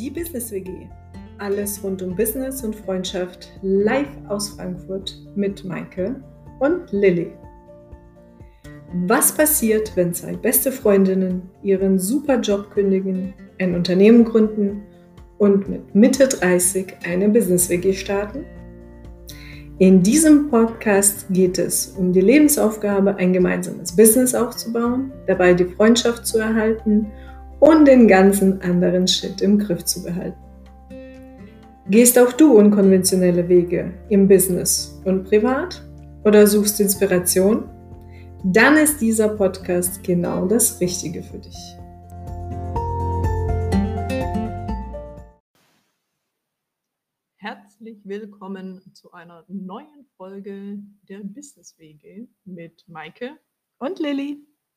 Die Business WG. Alles rund um Business und Freundschaft live aus Frankfurt mit Maike und Lilly. Was passiert, wenn zwei beste Freundinnen ihren super Job kündigen, ein Unternehmen gründen und mit Mitte 30 eine Business WG starten? In diesem Podcast geht es um die Lebensaufgabe, ein gemeinsames Business aufzubauen, dabei die Freundschaft zu erhalten und den ganzen anderen Shit im Griff zu behalten. Gehst auch du unkonventionelle Wege im Business und privat oder suchst Inspiration? Dann ist dieser Podcast genau das Richtige für dich. Herzlich willkommen zu einer neuen Folge der Business WG mit Maike Und Lilly.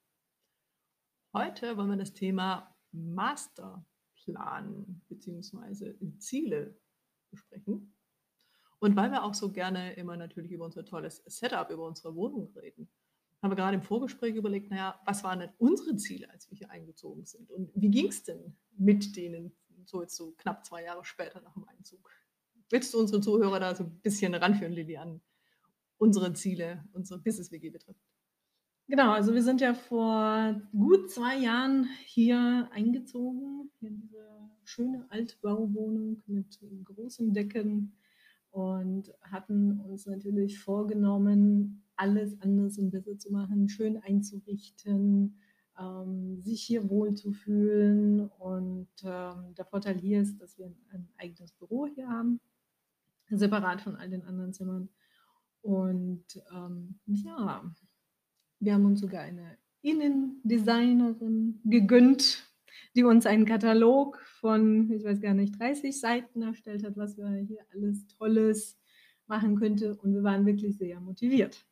Heute wollen wir das Thema Masterplan bzw. Ziele besprechen. Und weil wir auch so gerne immer natürlich über unser tolles Setup, über unsere Wohnung reden, haben wir gerade im Vorgespräch überlegt, was waren denn unsere Ziele, als wir hier eingezogen sind? Und wie ging es denn mit denen so jetzt so knapp 2 Jahre später nach dem Einzug? Willst du unsere Zuhörer da so ein bisschen ranführen, Lilly, an unsere Ziele, unsere Business-WG betrifft? Genau, also wir sind ja vor gut 2 Jahren hier eingezogen, in diese schöne Altbauwohnung mit großen Decken und hatten uns natürlich vorgenommen, alles anders und besser zu machen, schön einzurichten, sich hier wohlzufühlen. Und der Vorteil hier ist, dass wir ein eigenes Büro hier haben, separat von all den anderen Zimmern. Und wir haben uns sogar eine Innendesignerin gegönnt, die uns einen Katalog von, ich weiß gar nicht, 30 Seiten erstellt hat, was wir hier alles Tolles machen könnte. Und wir waren wirklich sehr motiviert.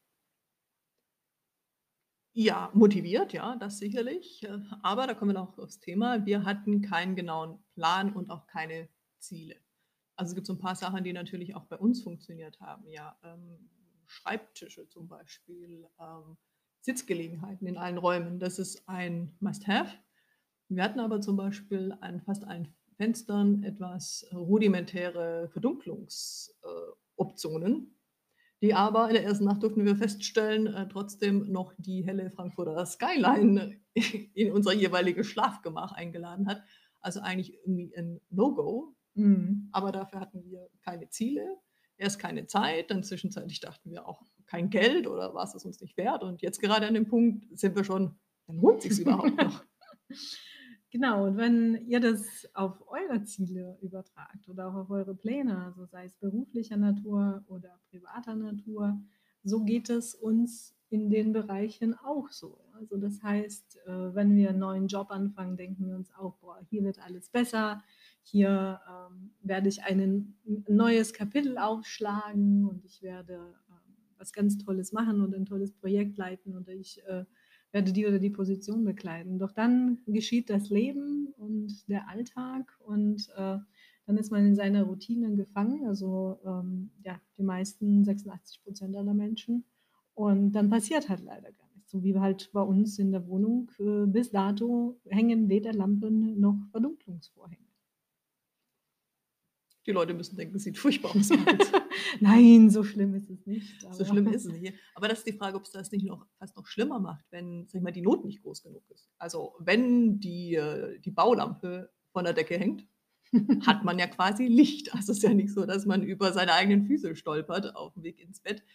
Ja, motiviert, ja, das sicherlich. Aber da kommen wir noch aufs Thema. Wir hatten keinen genauen Plan und auch keine Ziele. Also es gibt so ein paar Sachen, die natürlich auch bei uns funktioniert haben. Ja, Schreibtische zum Beispiel, Sitzgelegenheiten in allen Räumen. Das ist ein Must-Have. Wir hatten aber zum Beispiel an fast allen Fenstern etwas rudimentäre Verdunklungsoptionen, die aber in der ersten Nacht durften wir feststellen, trotzdem noch die helle Frankfurter Skyline in unser jeweiliges Schlafgemach eingeladen hat. Also eigentlich irgendwie ein No-Go. Aber dafür hatten wir keine Ziele, erst keine Zeit, dann zwischenzeitlich dachten wir auch kein Geld oder war es uns nicht wert. Und jetzt gerade an dem Punkt sind wir schon, dann lohnt sich überhaupt noch. Genau, und wenn ihr das auf eure Ziele übertragt oder auch auf eure Pläne, also sei es beruflicher Natur oder privater Natur, so geht es uns in den Bereichen auch so. Also das heißt, wenn wir einen neuen Job anfangen, denken wir uns auch, boah, hier wird alles besser, hier werde ich ein neues Kapitel aufschlagen und ich werde was ganz Tolles machen und ein tolles Projekt leiten oder ich werde die oder die Position bekleiden. Doch dann geschieht das Leben und der Alltag und dann ist man in seiner Routine gefangen, also die meisten, 86% aller Menschen. Und dann passiert halt leider gar nichts. So wie halt bei uns in der Wohnung bis dato hängen weder Lampen noch Verdunklungsvorhänge. Die Leute müssen denken, es sieht furchtbar aus. Nein, so schlimm ist es nicht. So schlimm ist es nicht. Aber das ist die Frage, ob es das nicht fast noch schlimmer macht, wenn, sag ich mal, die Not nicht groß genug ist. Also wenn die Baulampe von der Decke hängt, hat man ja quasi Licht. Also es ist ja nicht so, dass man über seine eigenen Füße stolpert auf dem Weg ins Bett.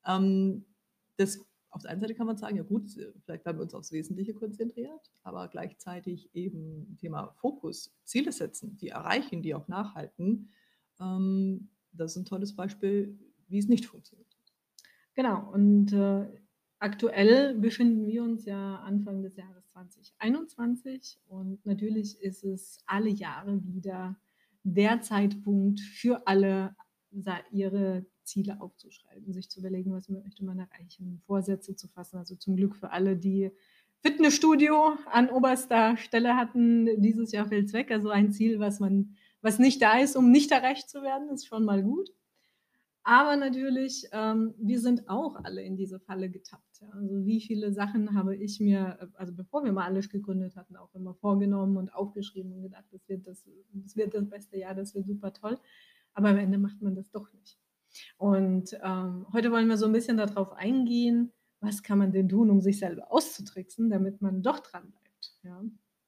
Auf der einen Seite kann man sagen, ja gut, vielleicht haben wir uns aufs Wesentliche konzentriert, aber gleichzeitig eben Thema Fokus, Ziele setzen, die erreichen, die auch nachhalten. Das ist ein tolles Beispiel, wie es nicht funktioniert. Genau, und aktuell befinden wir uns ja Anfang des Jahres 2021 und natürlich ist es alle Jahre wieder der Zeitpunkt für alle, ihre Ziele aufzuschreiben, sich zu überlegen, was möchte man erreichen, Vorsätze zu fassen. Also zum Glück für alle, die Fitnessstudio an oberster Stelle hatten, dieses Jahr fällt es weg. Also ein Ziel, was nicht da ist, um nicht erreicht zu werden, ist schon mal gut. Aber natürlich, wir sind auch alle in diese Falle getappt, ja. Also, wie viele Sachen habe ich mir, also, bevor wir mal alles gegründet hatten, auch immer vorgenommen und aufgeschrieben und gedacht, das wird das beste Jahr, das wird super toll. Aber am Ende macht man das doch nicht. Und, heute wollen wir so ein bisschen darauf eingehen, was kann man denn tun, um sich selber auszutricksen, damit man doch dranbleibt, ja?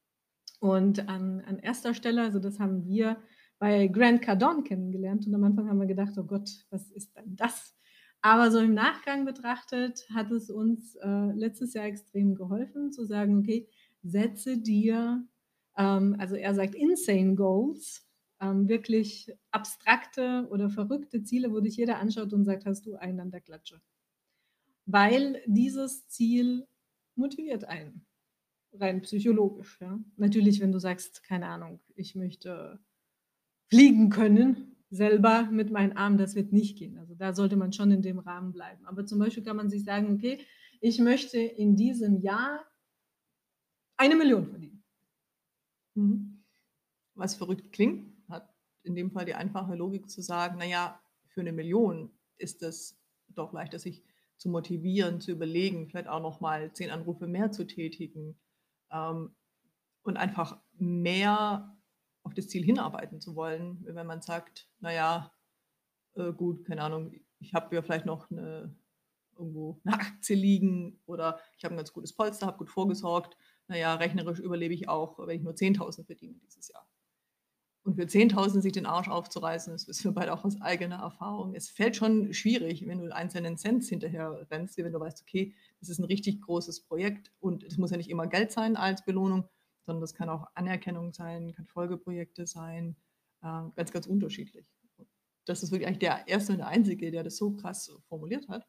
Und an erster Stelle, also das haben wir bei Grant Cardone kennengelernt und am Anfang haben wir gedacht: „Oh Gott, was ist denn das?“ Aber so im Nachgang betrachtet hat es uns, letztes Jahr extrem geholfen zu sagen: „Okay, setze dir“, also er sagt insane goals, wirklich abstrakte oder verrückte Ziele, wo dich jeder anschaut und sagt: „Hast du einen an der Klatsche?“ Weil dieses Ziel motiviert einen. Rein psychologisch, ja. Natürlich, wenn du sagst, keine Ahnung, ich möchte fliegen können selber mit meinen Armen, das wird nicht gehen. Also, da sollte man schon in dem Rahmen bleiben. Aber zum Beispiel kann man sich sagen: „Okay, ich möchte in diesem Jahr 1.000.000 verdienen.“ Mhm. Was verrückt klingt, hat in dem Fall die einfache Logik zu sagen: „Na ja, für 1.000.000 ist es doch leichter, sich zu motivieren, zu überlegen, vielleicht auch noch mal 10 Anrufe mehr zu tätigen, ähm, und einfach mehr auf das Ziel hinarbeiten zu wollen.“ Wenn man sagt: „Na ja, gut, keine Ahnung, ich habe ja vielleicht noch irgendwo 'ne Aktie liegen oder ich habe 'n ganz gutes Polster, habe gut vorgesorgt. Na ja, rechnerisch überlebe ich auch, wenn ich nur 10.000 verdiene dieses Jahr.“ Und für 10.000 sich den Arsch aufzureißen, das wissen wir beide auch aus eigener Erfahrung. Es fällt schon schwierig, wenn du einzelnen Cents hinterher rennst, wie wenn du weißt: „Okay, das ist 'n richtig großes Projekt und es muss ja nicht immer Geld sein als Belohnung, sondern das kann auch Anerkennung sein, kann Folgeprojekte sein, ganz, ganz unterschiedlich.“ Das ist wirklich eigentlich der Erste und der Einzige, der das so krass formuliert hat,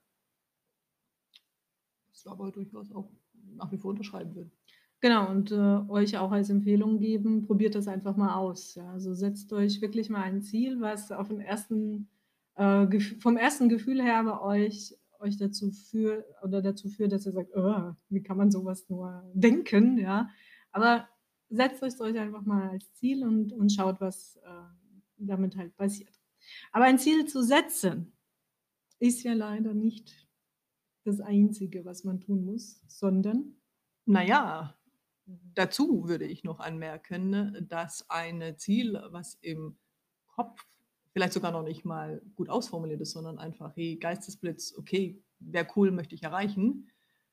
das wir aber durchaus auch nach wie vor unterschreiben würden. Genau, und, euch auch als Empfehlung geben, probiert das einfach mal aus, ja. Also, setzt euch wirklich mal ein Ziel, was auf den ersten, vom ersten Gefühl her bei euch dazu führt, dass ihr sagt: Wie kann man so was nur denken“, ja? Aber setzt euch einfach mal als Ziel und schaut, was, damit halt passiert. Aber ein Ziel zu setzen, ist ja leider nicht das Einzige, was man tun muss, sondern Na ja, dazu würde ich noch anmerken, ne, dass ein Ziel, was im Kopf vielleicht sogar noch nicht mal gut ausformuliert ist, sondern einfach: „Hey, Geistesblitz, okay, wäre cool, möchte ich erreichen“,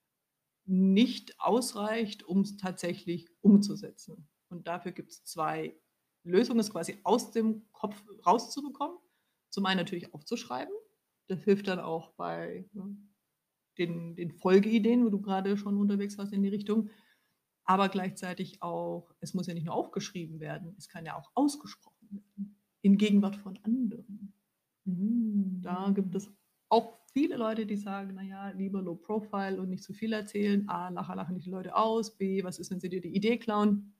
nicht ausreicht, um es tatsächlich umzusetzen. Und dafür gibt es 2 Lösungen, es quasi aus dem Kopf rauszubekommen. Zum einen natürlich aufzuschreiben. Das hilft dann auch bei, ne, den Folgeideen, wo du gerade schon unterwegs warst in die Richtung. Aber gleichzeitig auch, es muss ja nicht nur aufgeschrieben werden, es kann ja auch ausgesprochen werden in Gegenwart von anderen. Da gibt mhm. es auch viele Leute, die sagen: „Na ja, lieber Low Profile und nicht zu viel erzählen. A, nachher lachen dich die Leute aus. B, was ist, wenn sie dir die Idee klauen?“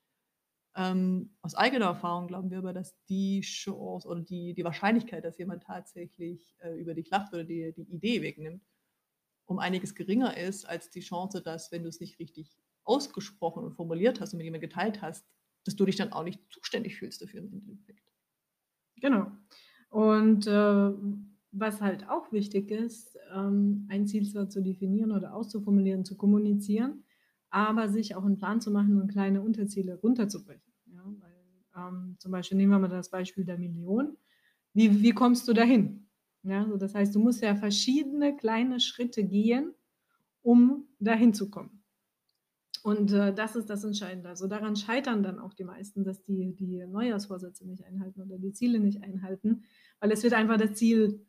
Aus eigener Erfahrung glauben wir aber, dass die Chance oder die Wahrscheinlichkeit, dass jemand tatsächlich, über dich lacht oder dir die Idee wegnimmt, um einiges geringer ist als die Chance, dass, wenn du es nicht richtig ausgesprochen und formuliert hast und mit jemandem geteilt hast, dass du dich dann auch nicht zuständig fühlst dafür im Endeffekt. Genau. Und, was halt auch wichtig ist, ein Ziel zwar zu definieren oder auszuformulieren, zu kommunizieren, aber sich auch 'n Plan zu machen und kleine Unterziele runterzubrechen, ja? Weil, zum Beispiel nehmen wir mal das Beispiel der Million. Wie kommst du dahin? Ja, so das heißt, du musst ja verschiedene kleine Schritte gehen, um dahin zu kommen. Und, das ist das Entscheidende. Also, daran scheitern dann auch die meisten, dass die Neujahrsvorsätze nicht einhalten oder die Ziele nicht einhalten, weil es wird einfach das Ziel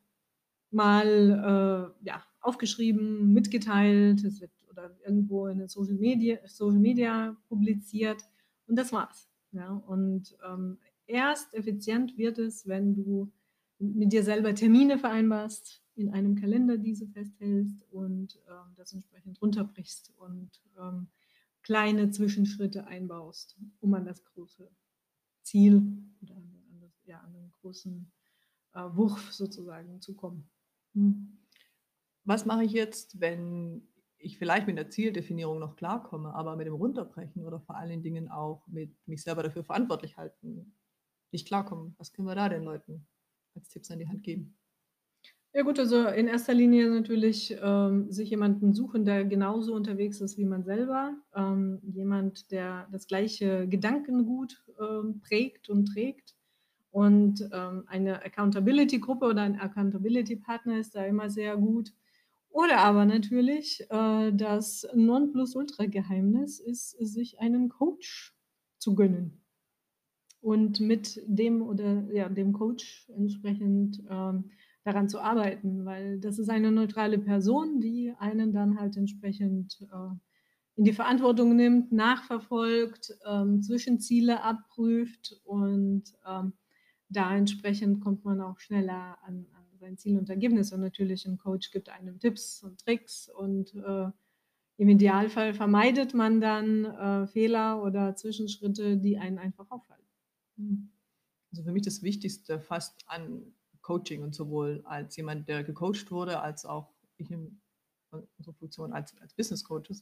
mal, ja, aufgeschrieben, mitgeteilt, es wird oder irgendwo in den Social Media publiziert und das war's, ja? Und, erst effizient wird es, wenn du mit dir selber Termine vereinbarst, in einem Kalender diese festhältst und, das entsprechend runterbrichst und, kleine Zwischenschritte einbaust, um an das große Ziel oder an den großen, Wurf sozusagen zu kommen. Mhm. Was mache ich jetzt, wenn ich vielleicht mit der Zieldefinierung noch klarkomme, aber mit dem Runterbrechen oder vor allen Dingen auch mit mich selber dafür verantwortlich halten nicht klarkomme? Was können wir da den Leuten als Tipps an die Hand geben? Ja gut, also in erster Linie natürlich, sich jemanden suchen, der genauso unterwegs ist wie man selber. Jemand, der das gleiche Gedankengut, prägt und trägt. Und, eine Accountability-Gruppe oder ein Accountability-Partner ist da immer sehr gut. Oder aber natürlich, das Nonplusultra-Geheimnis ist, sich einen Coach zu gönnen und mit dem oder ja, dem Coach entsprechend, daran zu arbeiten, weil das ist eine neutrale Person, die einen dann halt entsprechend, in die Verantwortung nimmt, nachverfolgt, Zwischenziele abprüft und, da entsprechend kommt man auch schneller an sein Ziel und Ergebnis. Und natürlich 'n Coach gibt einem Tipps und Tricks und, im Idealfall vermeidet man dann, Fehler oder Zwischenschritte, die einen einfach aufhalten. Mhm. Also für mich das Wichtigste fast an Coaching und sowohl als jemand, der gecoacht wurde, als auch ich in unserer Funktion als Business Coaches,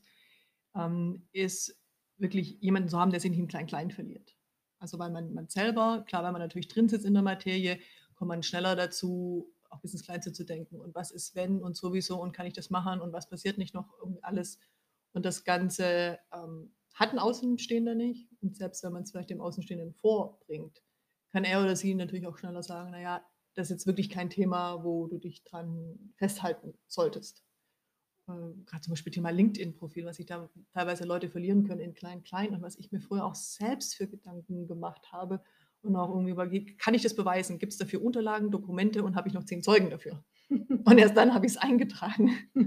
ist wirklich jemanden zu haben, der sich nicht im Klein-Klein verliert. Also weil man selber, klar, wenn man natürlich drin sitzt in der Materie, kommt man schneller dazu, auch bis ins Kleinste zu denken und was ist wenn und sowieso und kann ich das machen und was passiert nicht noch irgendwie alles. Und das Ganze hat ein Außenstehender nicht. Und selbst wenn man es vielleicht dem Außenstehenden vorbringt, kann er oder sie natürlich auch schneller sagen, naja, das ist jetzt wirklich kein Thema, wo du dich dran festhalten solltest. Gerade zum Beispiel Thema LinkedIn-Profil, was sich da teilweise Leute verlieren können in klein, klein und was ich mir früher auch selbst für Gedanken gemacht habe und auch irgendwie überlegt, kann ich das beweisen? Gibt es dafür Unterlagen, Dokumente und habe ich noch 10 Zeugen dafür? Und erst dann habe ich es eingetragen.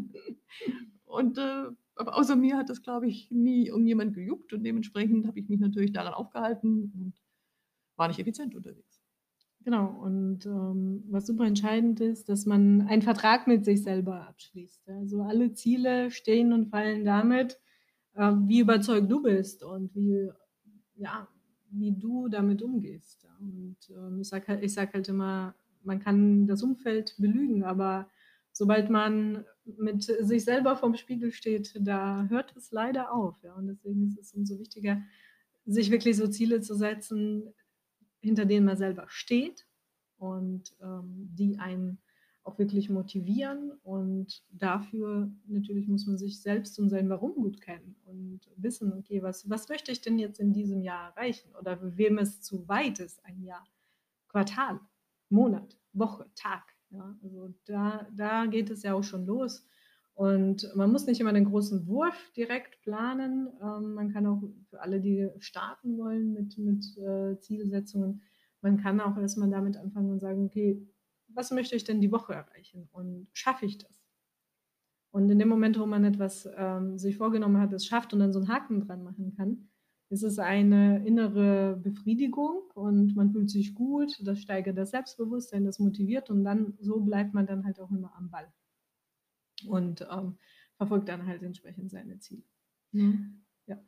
Und aber außer mir hat das, glaube ich, nie irgendjemand gejuckt und dementsprechend habe ich mich natürlich daran aufgehalten und war nicht effizient unterwegs. Genau, und, was super entscheidend ist, dass man einen Vertrag mit sich selber abschließt. Ja? Also, alle Ziele stehen und fallen damit, wie überzeugt du bist und wie ja, wie du damit umgehst, ja. Und, ich sage halt immer, man kann das Umfeld belügen, aber sobald man mit sich selber vorm Spiegel steht, da hört es leider auf, ja. Und deswegen ist es umso wichtiger, sich wirklich so Ziele zu setzen, hinter denen man selber steht und, die einen auch wirklich motivieren. Und dafür natürlich muss man sich selbst und sein Warum gut kennen und wissen: „Okay, was möchte ich denn jetzt in diesem Jahr erreichen?“ Oder für wem es zu weit ist, ein Jahr, Quartal, Monat, Woche, Tag, ja? Also, da geht es ja auch schon los. Und man muss nicht immer den großen Wurf direkt planen. Man kann auch für alle, die starten wollen mit, Zielsetzungen, man kann auch erst mal damit anfangen und sagen: „Okay, was möchte ich denn die Woche erreichen und schaffe ich das?“ Und in dem Moment, wo man etwas, sich vorgenommen hat, es schafft und dann so 'n Haken dran machen kann, ist es eine innere Befriedigung und man fühlt sich gut, das steigert das Selbstbewusstsein, das motiviert und dann so bleibt man dann halt auch immer am Ball und, verfolgt dann halt entsprechend seine Ziele. Mhm. Ja.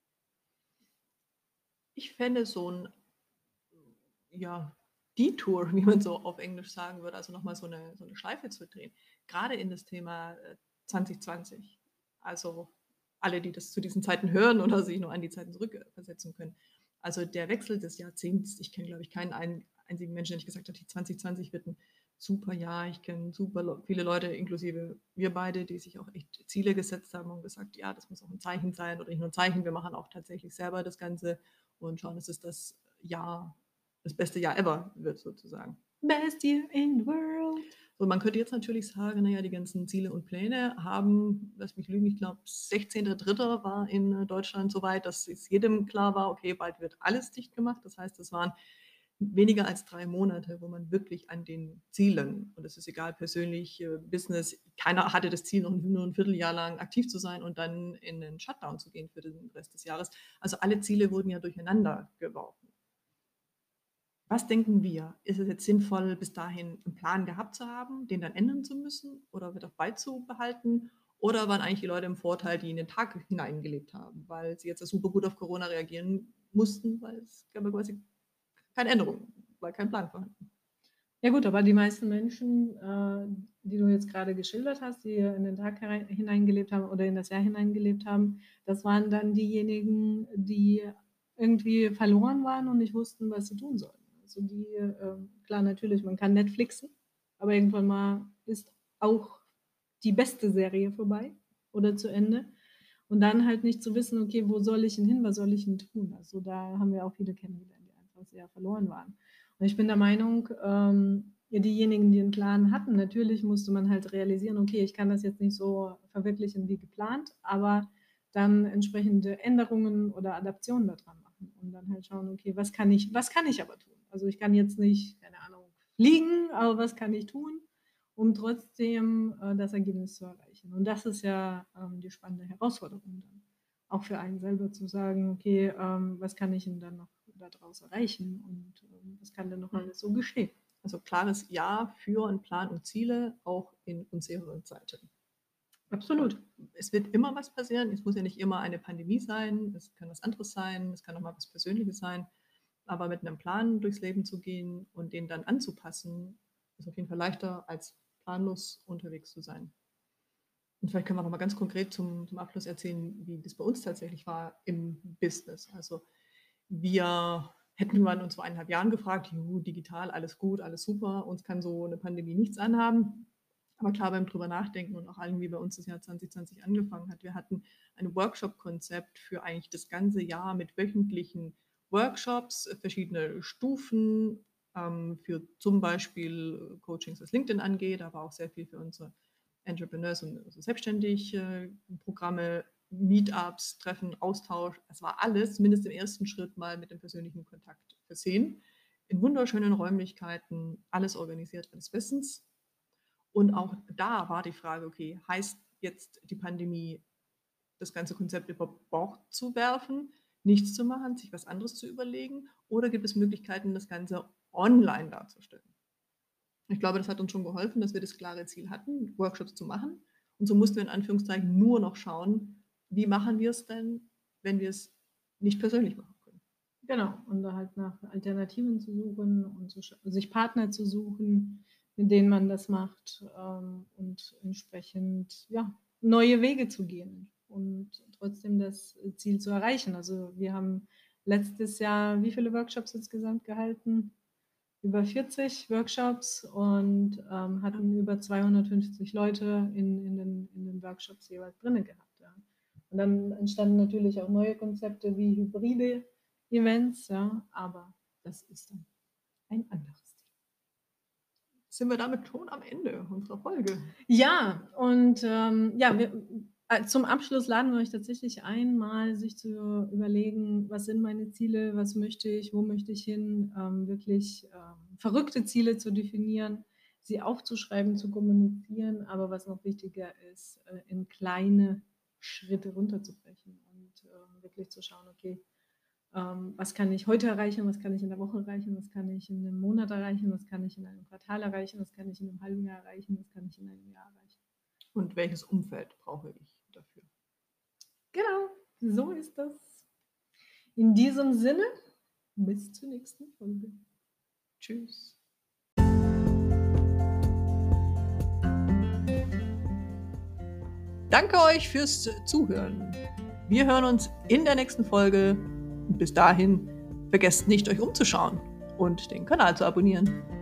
Ich fände so 'n, ja, Detour, wie man so auf Englisch sagen würde, also noch mal so 'ne Schleife zu drehen, grade in das Thema, 2020. Also, alle, die das zu diesen Zeiten hören oder sich noch an die Zeiten zurückversetzen können. Also, der Wechsel des Jahrzehnts, ich kenne, glaube ich, keinen einzigen Menschen, der nicht gesagt hat: „Die 2020 wird 'n super Jahr.“ Ich kenne super viele Leute, inklusive wir beide, die sich auch echt Ziele gesetzt haben und gesagt: „Ja, das muss auch 'n Zeichen sein oder nicht nur 'n Zeichen, wir machen auch tatsächlich selber das Ganze und schauen, dass es Jahr das beste Jahr ever wird sozusagen. Best year in the world. So, man könnte jetzt natürlich sagen, na ja, die ganzen Ziele und Pläne haben, lass mich lügen, ich glaube, 16.3. war in Deutschland so weit, dass es jedem klar war, okay, bald wird alles dicht gemacht. Das heißt, es waren weniger als 3 Monate, wo man wirklich an den Zielen und es ist egal, persönlich, Business, keiner hatte das Ziel, noch nur 'n Vierteljahr lang aktiv zu sein und dann in 'nen Shutdown zu gehen für den Rest des Jahres. Also, alle Ziele wurden ja durcheinander geworfen. Was denken wir? Ist es jetzt sinnvoll, bis dahin 'n Plan gehabt zu haben, den dann ändern zu müssen oder wird auch beizubehalten? Oder waren eigentlich die Leute im Vorteil, die in den Tag hineingelebt haben, weil sie jetzt so super gut auf Corona reagieren mussten, weil es gab ja quasi keine Änderung, war kein Plan vorhanden. Ja gut, aber die meisten Menschen, die du jetzt grade geschildert hast, die in den Tag hineingelebt haben oder in das Jahr hineingelebt haben, das waren dann diejenigen, die irgendwie verloren waren und nicht wussten, was sie tun sollen. Also die, klar, natürlich, man kann Netflixen. Aber irgendwann mal ist auch die beste Serie vorbei oder zu Ende. Und dann halt nicht zu wissen: „Okay, wo soll ich denn hin? Was soll ich denn tun?“ Also, da haben wir auch viele kennengelernt, die einfach sehr verloren waren. Und ich bin der Meinung, ja, diejenigen, die 'n Plan hatten, natürlich musste man halt realisieren: „Okay, ich kann das jetzt nicht so verwirklichen wie geplant“, aber dann entsprechende Änderungen oder Adaptionen da dran machen und dann halt schauen: „Okay, was kann ich aber tun?“ Also, ich kann jetzt nicht, keine Ahnung, fliegen, aber was kann ich tun, um trotzdem, das Ergebnis zu erreichen? Und das ist ja, die spannende Herausforderung dann, auch für einen selber zu sagen: „Okay, was kann ich denn dann noch da draus erreichen und, was kann denn noch alles so geschehen?“ Also klares Ja für einen Plan und Ziele, auch in unsicheren Zeiten. Und Absolut. es wird immer was passieren. Es muss ja nicht immer eine Pandemie sein, es kann was anderes sein, es kann auch mal was Persönliches sein. Aber mit einem Plan durchs Leben zu gehen und den dann anzupassen, ist auf jeden Fall leichter, als planlos unterwegs zu sein. Und vielleicht können wir noch mal ganz konkret zum Abschluss erzählen, wie das bei uns tatsächlich war im Business. Also, wir hätten man uns vor 1,5 Jahren gefragt: „Juhu, digital, alles gut, alles super, uns kann so eine Pandemie nichts anhaben.“ Aber klar, beim drüber nachdenken und auch allen, wie bei uns das Jahr 2020 angefangen hat, wir hatten ein Workshop-Konzept für eigentlich das ganze Jahr mit wöchentlichen Workshops, verschiedene Stufen, für zum Beispiel Coachings, was LinkedIn angeht, aber auch sehr viel für unsere Entrepreneurs und also selbstständig Programme, Meetups, Treffen, Austausch. Es war alles, zumindest im ersten Schritt mal mit dem persönlichen Kontakt versehen. In wunderschönen Räumlichkeiten, alles organisiert, alles bestens. Und auch da war die Frage, okay, heißt jetzt die Pandemie, das ganze Konzept über Bord zu werfen, nichts zu machen, sich was anderes zu überlegen? Oder gibt es Möglichkeiten, das Ganze online darzustellen? Ich glaube, das hat uns schon geholfen, dass wir das klare Ziel hatten, Workshops zu machen. Und so mussten wir in Anführungszeichen nur noch schauen, wie machen wir es denn, wenn wir es nicht persönlich machen können. Genau, und da halt nach Alternativen zu suchen und sich Partner zu suchen, mit denen man das macht, und entsprechend, ja, neue Wege zu gehen und trotzdem das Ziel zu erreichen. Also, wir haben letztes Jahr wie viele Workshops insgesamt gehalten? Über 40 Workshops und, hatten über 250 Leute in den Workshops jeweils drinne gehabt, ja. Und dann entstanden natürlich auch neue Konzepte wie hybride Events, ja, aber das ist dann ein anderes Thema. Sind wir damit schon am Ende unserer Folge? Ja, und, ja, zum Abschluss laden wir euch tatsächlich ein, mal sich zu überlegen: „Was sind meine Ziele? Was möchte ich? Wo möchte ich hin?“ Wirklich, verrückte Ziele zu definieren, sie aufzuschreiben, zu kommunizieren, aber was noch wichtiger ist, in kleine Schritte runterzubrechen und, wirklich zu schauen: „Okay, was kann ich heute erreichen, was kann ich in der Woche erreichen, was kann ich in einem Monat erreichen, was kann ich in einem Quartal erreichen, was kann ich in einem halben Jahr erreichen, was kann ich in einem Jahr erreichen.“ Und welches Umfeld brauche ich dafür? Genau, so ist das. In diesem Sinne, bis zur nächsten Folge. Tschüss. Danke euch fürs Zuhören. Wir hören uns in der nächsten Folge. Bis dahin, vergesst nicht, euch umzuschauen und den Kanal zu abonnieren.